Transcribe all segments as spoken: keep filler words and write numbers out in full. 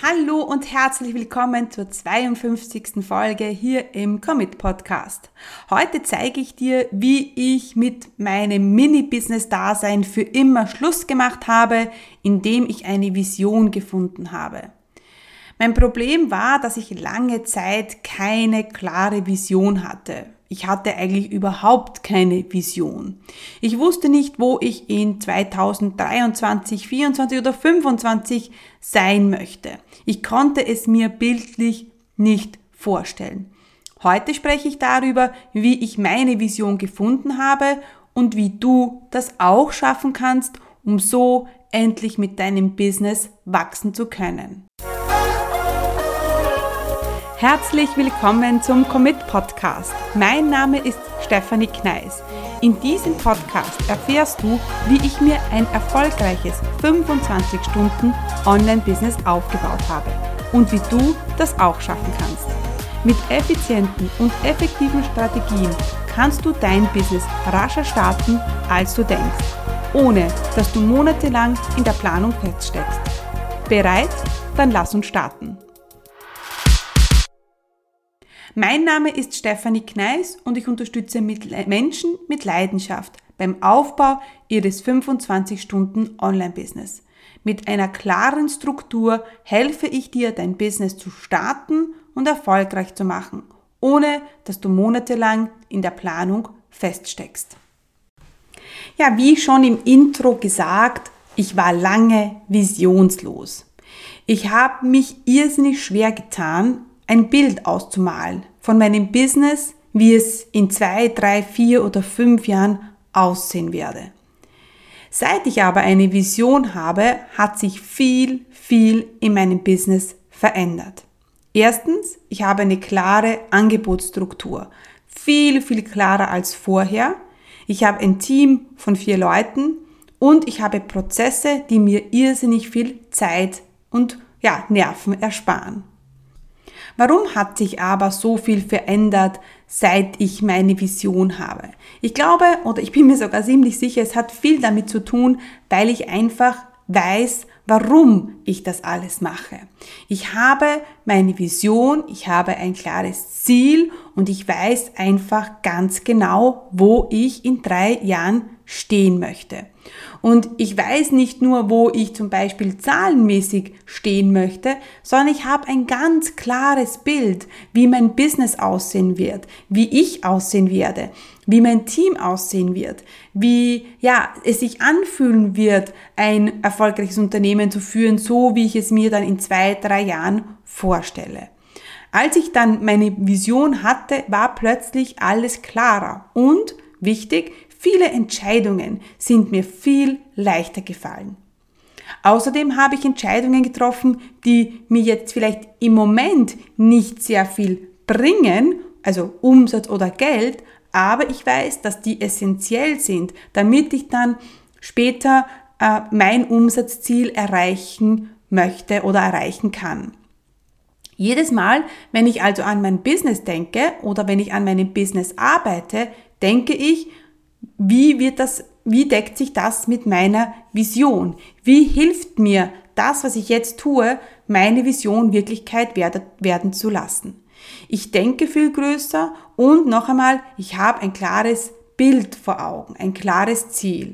Hallo und herzlich willkommen zur zweiundfünfzigsten Folge hier im Commit Podcast. Heute zeige ich dir, wie ich mit meinem Mini-Business-Dasein für immer Schluss gemacht habe, indem ich eine Vision gefunden habe. Mein Problem war, dass ich lange Zeit keine klare Vision hatte. Ich hatte eigentlich überhaupt keine Vision. Ich wusste nicht, wo ich in zweitausenddreiundzwanzig, vierundzwanzig oder fünfundzwanzig sein möchte. Ich konnte es mir bildlich nicht vorstellen. Heute spreche ich darüber, wie ich meine Vision gefunden habe und wie du das auch schaffen kannst, um so endlich mit deinem Business wachsen zu können. Herzlich willkommen zum Commit Podcast. Mein Name ist Stefanie Kneis. In diesem Podcast erfährst du, wie ich mir ein erfolgreiches fünfundzwanzig Stunden Online-Business aufgebaut habe und wie du das auch schaffen kannst. Mit effizienten und effektiven Strategien kannst du dein Business rascher starten, als du denkst, ohne dass du monatelang in der Planung feststeckst. Bereit? Dann lass uns starten. Mein Name ist Stefanie Kneis und ich unterstütze Menschen mit Leidenschaft beim Aufbau ihres fünfundzwanzig Stunden Online-Business. Mit einer klaren Struktur helfe ich dir, dein Business zu starten und erfolgreich zu machen, ohne dass du monatelang in der Planung feststeckst. Ja, wie schon im Intro gesagt, ich war lange visionslos. Ich habe mich irrsinnig schwer getan, ein Bild auszumalen von meinem Business, wie es in zwei, drei, vier oder fünf Jahren aussehen werde. Seit ich aber eine Vision habe, hat sich viel, viel in meinem Business verändert. Erstens, ich habe eine klare Angebotsstruktur, viel, viel klarer als vorher. Ich habe ein Team von vier Leuten und ich habe Prozesse, die mir irrsinnig viel Zeit und ja, Nerven ersparen. Warum hat sich aber so viel verändert, seit ich meine Vision habe? Ich glaube, oder ich bin mir sogar ziemlich sicher, es hat viel damit zu tun, weil ich einfach weiß, warum ich das alles mache. Ich habe meine Vision, ich habe ein klares Ziel und ich weiß einfach ganz genau, wo ich in drei Jahren stehen möchte. Und ich weiß nicht nur, wo ich zum Beispiel zahlenmäßig stehen möchte, sondern ich habe ein ganz klares Bild, wie mein Business aussehen wird, wie ich aussehen werde, wie mein Team aussehen wird, wie ja es sich anfühlen wird, ein erfolgreiches Unternehmen zu führen, so wie ich es mir dann in zwei, drei Jahren vorstelle. Als ich dann meine Vision hatte, war plötzlich alles klarer und wichtig, viele Entscheidungen sind mir viel leichter gefallen. Außerdem habe ich Entscheidungen getroffen, die mir jetzt vielleicht im Moment nicht sehr viel bringen, also Umsatz oder Geld, aber ich weiß, dass die essentiell sind, damit ich dann später äh, mein Umsatzziel erreichen möchte oder erreichen kann. Jedes Mal, wenn ich also an mein Business denke oder wenn ich an meinem Business arbeite, denke ich, Wie wird das, wie deckt sich das mit meiner Vision? Wie hilft mir das, was ich jetzt tue, meine Vision Wirklichkeit werden zu lassen? Ich denke viel größer und noch einmal, ich habe ein klares Bild vor Augen, ein klares Ziel.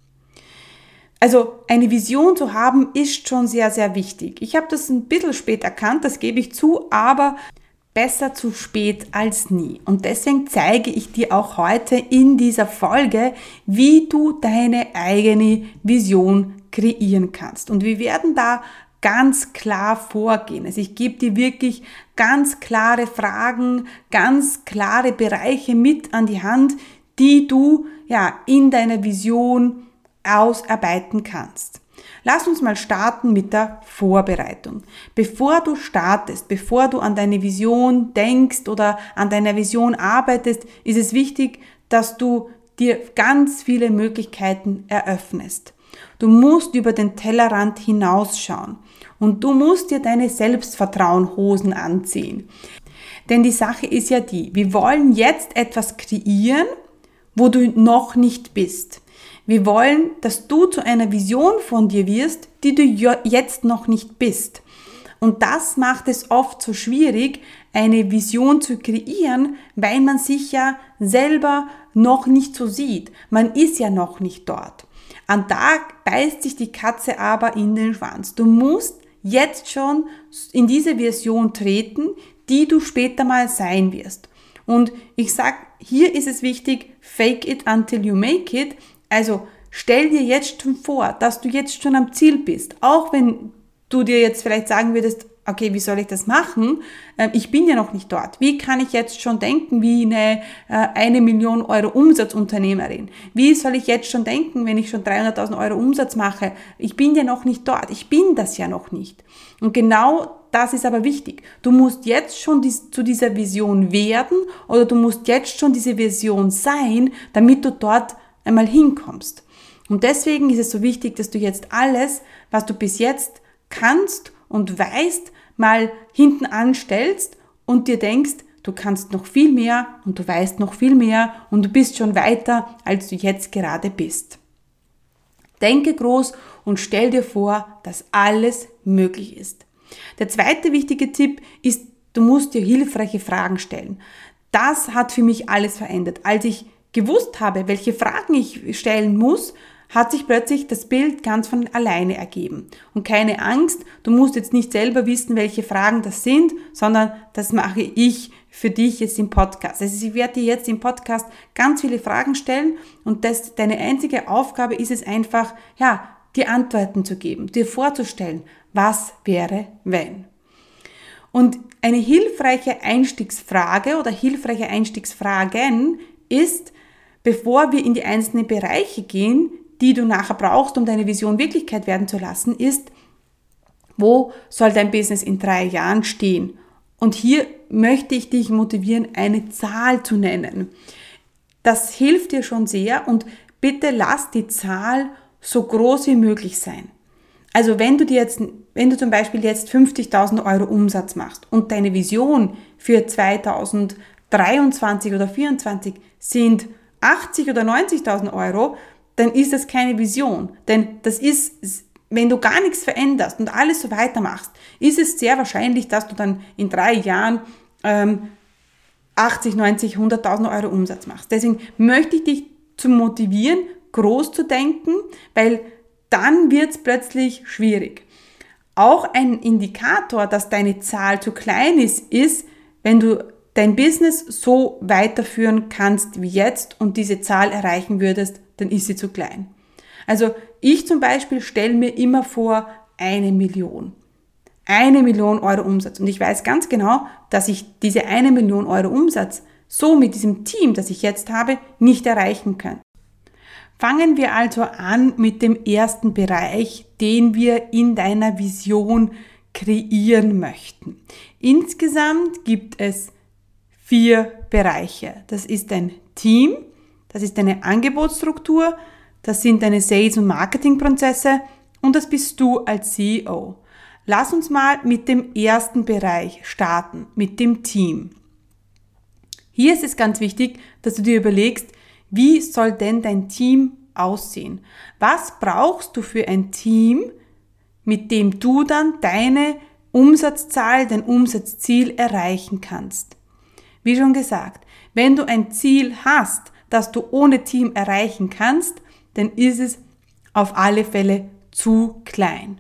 Also eine Vision zu haben, ist schon sehr, sehr wichtig. Ich habe das ein bisschen spät erkannt, das gebe ich zu, aber besser zu spät als nie. Und deswegen zeige ich dir auch heute in dieser Folge, wie du deine eigene Vision kreieren kannst. Und wir werden da ganz klar vorgehen. Also ich gebe dir wirklich ganz klare Fragen, ganz klare Bereiche mit an die Hand, die du ja in deiner Vision ausarbeiten kannst. Lass uns mal starten mit der Vorbereitung. Bevor du startest, bevor du an deine Vision denkst oder an deiner Vision arbeitest, ist es wichtig, dass du dir ganz viele Möglichkeiten eröffnest. Du musst über den Tellerrand hinausschauen und du musst dir deine Selbstvertrauenhosen anziehen. Denn die Sache ist ja die, wir wollen jetzt etwas kreieren, wo du noch nicht bist. Wir wollen, dass du zu einer Vision von dir wirst, die du jetzt noch nicht bist. Und das macht es oft so schwierig, eine Vision zu kreieren, weil man sich ja selber noch nicht so sieht. Man ist ja noch nicht dort. An da beißt sich die Katze aber in den Schwanz. Du musst jetzt schon in diese Version treten, die du später mal sein wirst. Und ich sag, hier ist es wichtig, fake it until you make it. Also stell dir jetzt schon vor, dass du jetzt schon am Ziel bist. Auch wenn du dir jetzt vielleicht sagen würdest, okay, wie soll ich das machen? Ich bin ja noch nicht dort. Wie kann ich jetzt schon denken wie eine eine Million Euro Umsatzunternehmerin? Wie soll ich jetzt schon denken, wenn ich schon dreihunderttausend Euro Umsatz mache? Ich bin ja noch nicht dort. Ich bin das ja noch nicht. Und genau das ist aber wichtig. Du musst jetzt schon dies, zu dieser Vision werden oder du musst jetzt schon diese Vision sein, damit du dort einmal hinkommst. Und deswegen ist es so wichtig, dass du jetzt alles, was du bis jetzt kannst und weißt, mal hinten anstellst und dir denkst, du kannst noch viel mehr und du weißt noch viel mehr und du bist schon weiter, als du jetzt gerade bist. Denke groß und stell dir vor, dass alles möglich ist. Der zweite wichtige Tipp ist, du musst dir hilfreiche Fragen stellen. Das hat für mich alles verändert. Als ich gewusst habe, welche Fragen ich stellen muss, hat sich plötzlich das Bild ganz von alleine ergeben. Und keine Angst, du musst jetzt nicht selber wissen, welche Fragen das sind, sondern das mache ich für dich jetzt im Podcast. Also ich werde dir jetzt im Podcast ganz viele Fragen stellen und das, deine einzige Aufgabe ist es einfach, ja, dir Antworten zu geben, dir vorzustellen, was wäre, wenn. Und eine hilfreiche Einstiegsfrage oder hilfreiche Einstiegsfragen ist, bevor wir in die einzelnen Bereiche gehen, die du nachher brauchst, um deine Vision Wirklichkeit werden zu lassen, ist, wo soll dein Business in drei Jahren stehen? Und hier möchte ich dich motivieren, eine Zahl zu nennen. Das hilft dir schon sehr und bitte lass die Zahl so groß wie möglich sein. Also wenn du dir jetzt, wenn du zum Beispiel jetzt fünfzigtausend Euro Umsatz machst und deine Vision für zweitausenddreiundzwanzig oder zweitausendvierundzwanzig sind achtzig oder neunzigtausend Euro, dann ist das keine Vision. Denn das ist, wenn du gar nichts veränderst und alles so weitermachst, ist es sehr wahrscheinlich, dass du dann in drei Jahren ähm, achtzig, neunzig, hunderttausend Euro Umsatz machst. Deswegen möchte ich dich zu motivieren, groß zu denken, weil dann wird es plötzlich schwierig. Auch ein Indikator, dass deine Zahl zu klein ist, ist, wenn du dein Business so weiterführen kannst wie jetzt und diese Zahl erreichen würdest, dann ist sie zu klein. Also ich zum Beispiel stelle mir immer vor, eine Million. Eine Million Euro Umsatz. Und ich weiß ganz genau, dass ich diese eine Million Euro Umsatz so mit diesem Team, das ich jetzt habe, nicht erreichen kann. Fangen wir also an mit dem ersten Bereich, den wir in deiner Vision kreieren möchten. Insgesamt gibt es vier Bereiche. Das ist dein Team, das ist deine Angebotsstruktur, das sind deine Sales- und Marketingprozesse und das bist du als C E O. Lass uns mal mit dem ersten Bereich starten, mit dem Team. Hier ist es ganz wichtig, dass du dir überlegst, wie soll denn dein Team aussehen? Was brauchst du für ein Team, mit dem du dann deine Umsatzzahl, dein Umsatzziel erreichen kannst? Wie schon gesagt, wenn du ein Ziel hast, das du ohne Team erreichen kannst, dann ist es auf alle Fälle zu klein.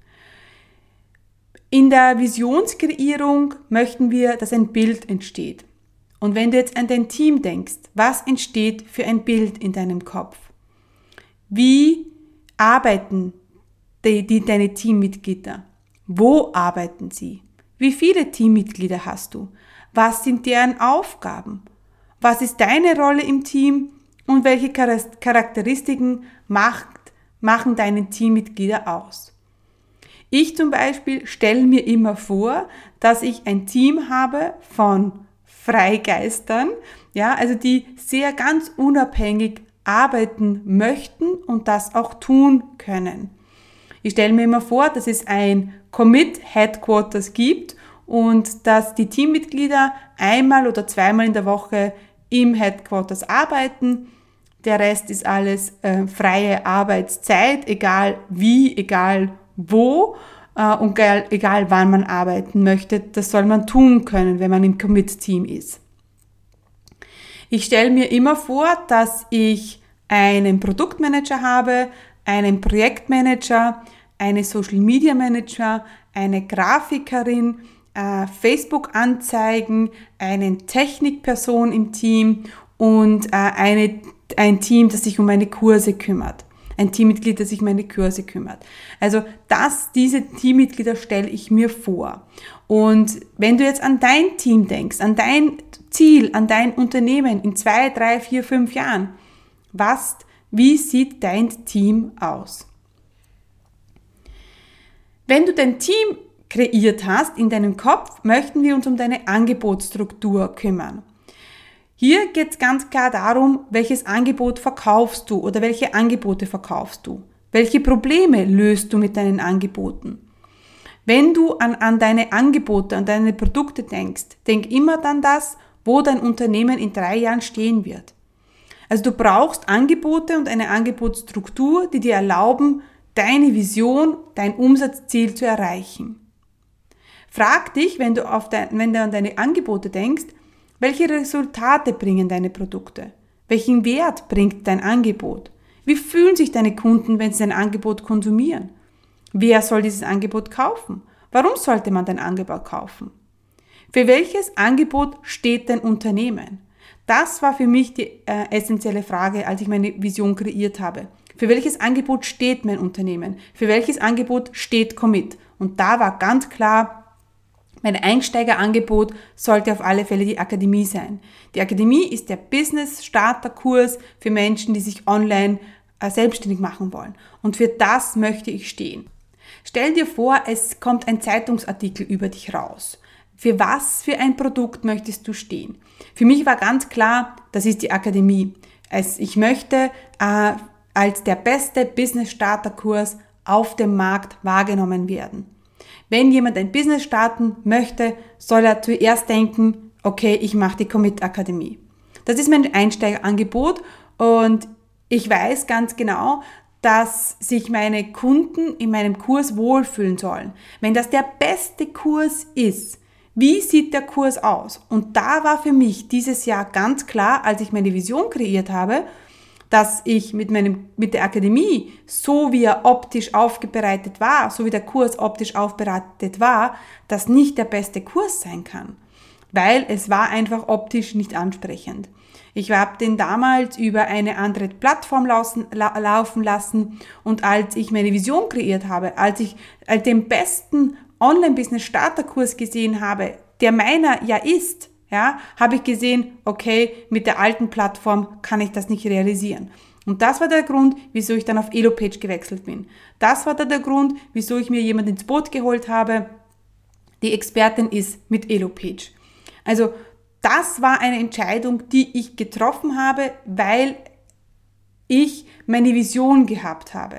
In der Visionskreierung möchten wir, dass ein Bild entsteht. Und wenn du jetzt an dein Team denkst, was entsteht für ein Bild in deinem Kopf? Wie arbeiten die, die, deine Teammitglieder? Wo arbeiten sie? Wie viele Teammitglieder hast du? Was sind deren Aufgaben? Was ist deine Rolle im Team? Und welche Charakteristiken macht, machen deine Teammitglieder aus? Ich zum Beispiel stelle mir immer vor, dass ich ein Team habe von Freigeistern, ja, also die sehr ganz unabhängig arbeiten möchten und das auch tun können. Ich stelle mir immer vor, dass es ein Commit Headquarters gibt und dass die Teammitglieder einmal oder zweimal in der Woche im Headquarters arbeiten. Der Rest ist alles äh, freie Arbeitszeit, egal wie, egal wo. äh, und egal, egal wann man arbeiten möchte, das soll man tun können, wenn man im Commit-Team ist. Ich stelle mir immer vor, dass ich einen Produktmanager habe, einen Projektmanager, eine Social Media Manager, eine Grafikerin, äh, Facebook-Anzeigen, eine Technikperson im Team und äh, eine, ein Team, das sich um meine Kurse kümmert. Ein Teammitglied, das sich um meine Kurse kümmert. Also das, diese Teammitglieder stelle ich mir vor. Und wenn du jetzt an dein Team denkst, an dein Ziel, an dein Unternehmen in zwei, drei, vier, fünf Jahren, was, wie sieht dein Team aus? Wenn du dein Team kreiert hast in deinem Kopf, möchten wir uns um deine Angebotsstruktur kümmern. Hier geht es ganz klar darum, welches Angebot verkaufst du oder welche Angebote verkaufst du? Welche Probleme löst du mit deinen Angeboten? Wenn du an, an deine Angebote, an deine Produkte denkst, denk immer dann das, wo dein Unternehmen in drei Jahren stehen wird. Also du brauchst Angebote und eine Angebotsstruktur, die dir erlauben, deine Vision, dein Umsatzziel zu erreichen. Frag dich, wenn du, auf dein, wenn du an deine Angebote denkst, welche Resultate bringen deine Produkte? Welchen Wert bringt dein Angebot? Wie fühlen sich deine Kunden, wenn sie dein Angebot konsumieren? Wer soll dieses Angebot kaufen? Warum sollte man dein Angebot kaufen? Für welches Angebot steht dein Unternehmen? Das war für mich die äh, essentielle Frage, als ich meine Vision kreiert habe. Für welches Angebot steht mein Unternehmen? Für welches Angebot steht Commit? Und da war ganz klar, mein Einsteigerangebot sollte auf alle Fälle die Akademie sein. Die Akademie ist der Business-Starter-Kurs für Menschen, die sich online äh, selbstständig machen wollen. Und für das möchte ich stehen. Stell dir vor, es kommt ein Zeitungsartikel über dich raus. Für was für ein Produkt möchtest du stehen? Für mich war ganz klar, das ist die Akademie. Also ich möchte äh, als der beste Business-Starter-Kurs auf dem Markt wahrgenommen werden. Wenn jemand ein Business starten möchte, soll er zuerst denken, okay, ich mache die Commit-Akademie. Das ist mein Einsteigerangebot und ich weiß ganz genau, dass sich meine Kunden in meinem Kurs wohlfühlen sollen. Wenn das der beste Kurs ist, wie sieht der Kurs aus? Und da war für mich dieses Jahr ganz klar, als ich meine Vision kreiert habe, dass ich mit meinem, mit der Akademie, so wie er optisch aufbereitet war, so wie der Kurs optisch aufbereitet war, das nicht der beste Kurs sein kann. Weil es war einfach optisch nicht ansprechend. Ich habe den damals über eine andere Plattform laufen, la, laufen lassen und als ich meine Vision kreiert habe, als ich als den besten Online-Business-Starter-Kurs gesehen habe, der meiner ja ist, ja, habe ich gesehen, okay, mit der alten Plattform kann ich das nicht realisieren. Und das war der Grund, wieso ich dann auf Elopage gewechselt bin. Das war dann der Grund, wieso ich mir jemanden ins Boot geholt habe, die Expertin ist mit Elopage. Also das war eine Entscheidung, die ich getroffen habe, weil ich meine Vision gehabt habe.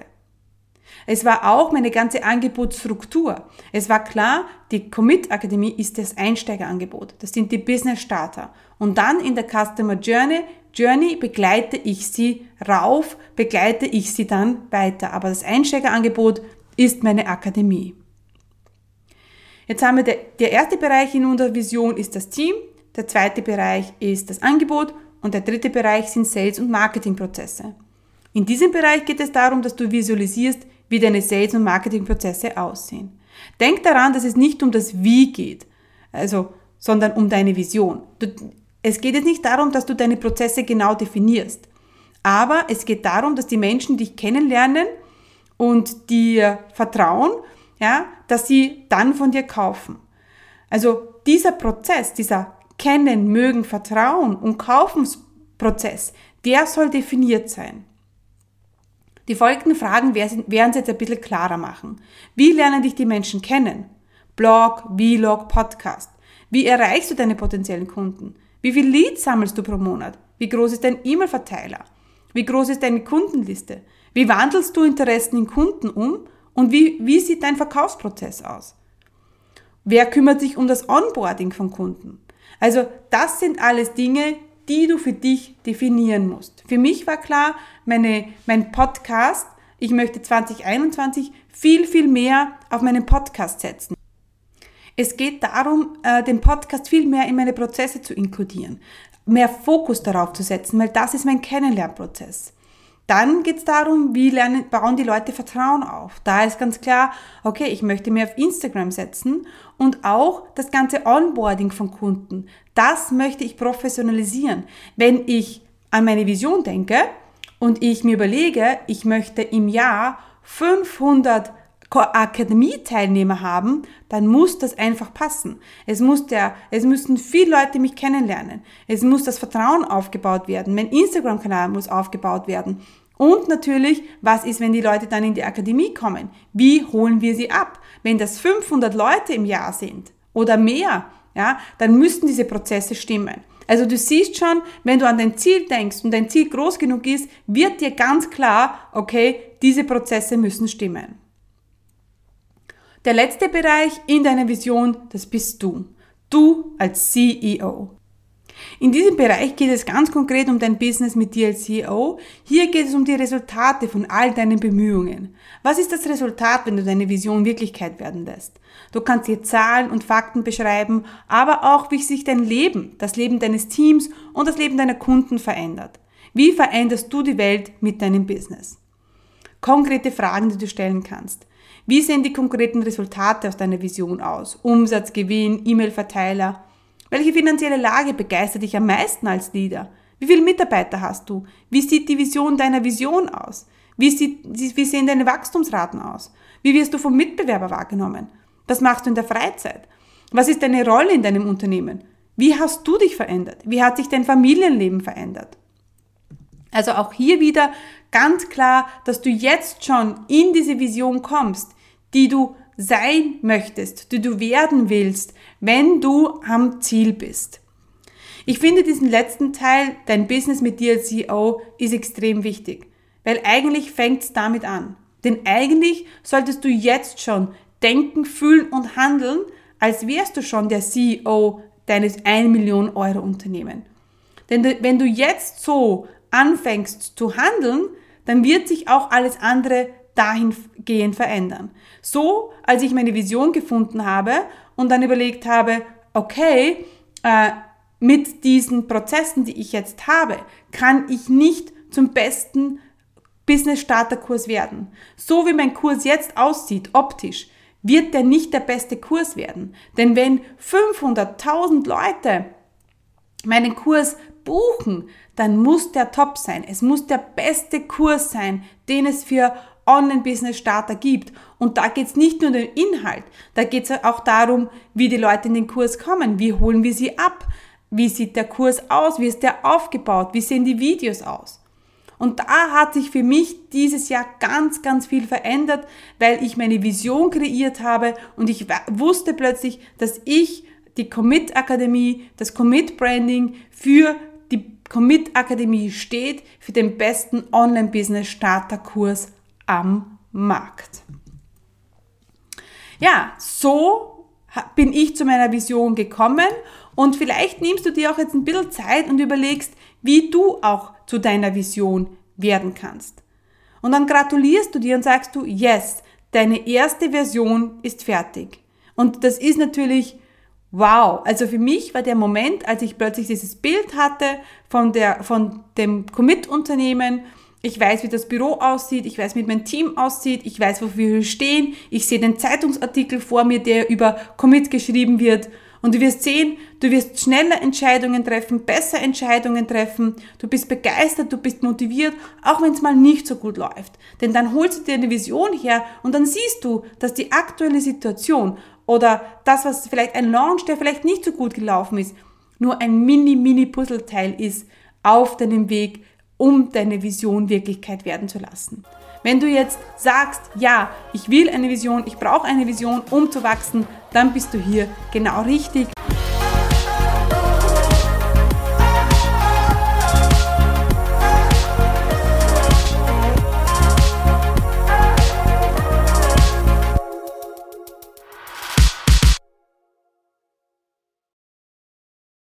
Es war auch meine ganze Angebotsstruktur. Es war klar, die Commit-Akademie ist das Einsteigerangebot. Das sind die Business-Starter. Und dann in der Customer Journey, Journey begleite ich sie rauf, begleite ich sie dann weiter. Aber das Einsteigerangebot ist meine Akademie. Jetzt haben wir der, der erste Bereich in unserer Vision ist das Team, der zweite Bereich ist das Angebot und der dritte Bereich sind Sales- und Marketingprozesse. In diesem Bereich geht es darum, dass du visualisierst, wie deine Sales- und Marketingprozesse aussehen. Denk daran, dass es nicht um das Wie geht, also, sondern um deine Vision. Du, es geht jetzt nicht darum, dass du deine Prozesse genau definierst, aber es geht darum, dass die Menschen dich kennenlernen und dir vertrauen, ja, dass sie dann von dir kaufen. Also dieser Prozess, dieser Kennen, Mögen, Vertrauen und Kaufensprozess, der soll definiert sein. Die folgenden Fragen werden es jetzt ein bisschen klarer machen. Wie lernen dich die Menschen kennen? Blog, Vlog, Podcast. Wie erreichst du deine potenziellen Kunden? Wie viel Leads sammelst du pro Monat? Wie groß ist dein E-Mail-Verteiler? Wie groß ist deine Kundenliste? Wie wandelst du Interessen in Kunden um? Und wie, wie sieht dein Verkaufsprozess aus? Wer kümmert sich um das Onboarding von Kunden? Also das sind alles Dinge, die du für dich definieren musst. Für mich war klar, meine, mein Podcast ich möchte zwanzig einundzwanzig viel, viel mehr auf meinen Podcast setzen. Es geht darum, den Podcast viel mehr in meine Prozesse zu inkludieren, mehr Fokus darauf zu setzen, weil das ist mein Kennenlernprozess. Dann geht es darum, wie lernen, bauen die Leute Vertrauen auf. Da ist ganz klar, okay, ich möchte mehr auf Instagram setzen und auch das ganze Onboarding von Kunden. Das möchte ich professionalisieren. Wenn ich an meine Vision denke und ich mir überlege, ich möchte im Jahr fünfhundert Akademie-Teilnehmer haben, dann muss das einfach passen. Es muss der, es müssen viele Leute mich kennenlernen. Es muss das Vertrauen aufgebaut werden. Mein Instagram-Kanal muss aufgebaut werden. Und natürlich, was ist, wenn die Leute dann in die Akademie kommen? Wie holen wir sie ab? Wenn das fünfhundert Leute im Jahr sind oder mehr, ja, dann müssten diese Prozesse stimmen. Also du siehst schon, wenn du an dein Ziel denkst und dein Ziel groß genug ist, wird dir ganz klar, okay, diese Prozesse müssen stimmen. Der letzte Bereich in deiner Vision, das bist du. Du als C E O. In diesem Bereich geht es ganz konkret um dein Business mit dir als C E O. Hier geht es um die Resultate von all deinen Bemühungen. Was ist das Resultat, wenn du deine Vision Wirklichkeit werden lässt? Du kannst dir Zahlen und Fakten beschreiben, aber auch, wie sich dein Leben, das Leben deines Teams und das Leben deiner Kunden verändert. Wie veränderst du die Welt mit deinem Business? Konkrete Fragen, die du stellen kannst. Wie sehen die konkreten Resultate aus deiner Vision aus? Umsatz, Gewinn, E-Mail-Verteiler. Welche finanzielle Lage begeistert dich am meisten als Leader? Wie viele Mitarbeiter hast du? Wie sieht die Vision deiner Vision aus? Wie, sieht, wie sehen deine Wachstumsraten aus? Wie wirst du vom Mitbewerber wahrgenommen? Was machst du in der Freizeit? Was ist deine Rolle in deinem Unternehmen? Wie hast du dich verändert? Wie hat sich dein Familienleben verändert? Also auch hier wieder ganz klar, dass du jetzt schon in diese Vision kommst, die du sein möchtest, die du werden willst, wenn du am Ziel bist. Ich finde diesen letzten Teil, dein Business mit dir als C E O, ist extrem wichtig, weil eigentlich fängt es damit an. Denn eigentlich solltest du jetzt schon denken, fühlen und handeln, als wärst du schon der C E O deines eine Million Euro Unternehmen. Denn wenn du jetzt so anfängst zu handeln, dann wird sich auch alles andere dahingehend verändern. So, als ich meine Vision gefunden habe und dann überlegt habe, okay, äh, mit diesen Prozessen, die ich jetzt habe, kann ich nicht zum besten Business-Starter-Kurs werden. So wie mein Kurs jetzt aussieht, optisch, wird der nicht der beste Kurs werden. Denn wenn fünfhunderttausend Leute meinen Kurs buchen, dann muss der top sein. Es muss der beste Kurs sein, den es für Online-Business-Starter gibt. Und da geht es nicht nur um den Inhalt, da geht es auch darum, wie die Leute in den Kurs kommen, wie holen wir sie ab, wie sieht der Kurs aus, wie ist der aufgebaut, wie sehen die Videos aus. Und da hat sich für mich dieses Jahr ganz, ganz viel verändert, weil ich meine Vision kreiert habe und ich wusste plötzlich, dass ich die Commit Akademie, das Commit Branding für die Commit Akademie steht, für den besten Online-Business-Starter-Kurs am Markt. Ja, so bin ich zu meiner Vision gekommen und vielleicht nimmst du dir auch jetzt ein bisschen Zeit und überlegst, wie du auch zu deiner Vision werden kannst. Und dann gratulierst du dir und sagst du, yes, deine erste Version ist fertig. Und das ist natürlich wow. Also für mich war der Moment, als ich plötzlich dieses Bild hatte von der, von dem Commit-Unternehmen. Ich weiß, wie das Büro aussieht, ich weiß, wie mein Team aussieht, ich weiß, wofür wir stehen, ich sehe den Zeitungsartikel vor mir, der über Commit geschrieben wird und du wirst sehen, du wirst schneller Entscheidungen treffen, besser Entscheidungen treffen, du bist begeistert, du bist motiviert, auch wenn es mal nicht so gut läuft. Denn dann holst du dir eine Vision her und dann siehst du, dass die aktuelle Situation oder das, was vielleicht ein Launch, der vielleicht nicht so gut gelaufen ist, nur ein mini-mini-Puzzleteil ist auf deinem Weg, um deine Vision Wirklichkeit werden zu lassen. Wenn du jetzt sagst, ja, ich will eine Vision, ich brauche eine Vision, um zu wachsen, dann bist du hier genau richtig.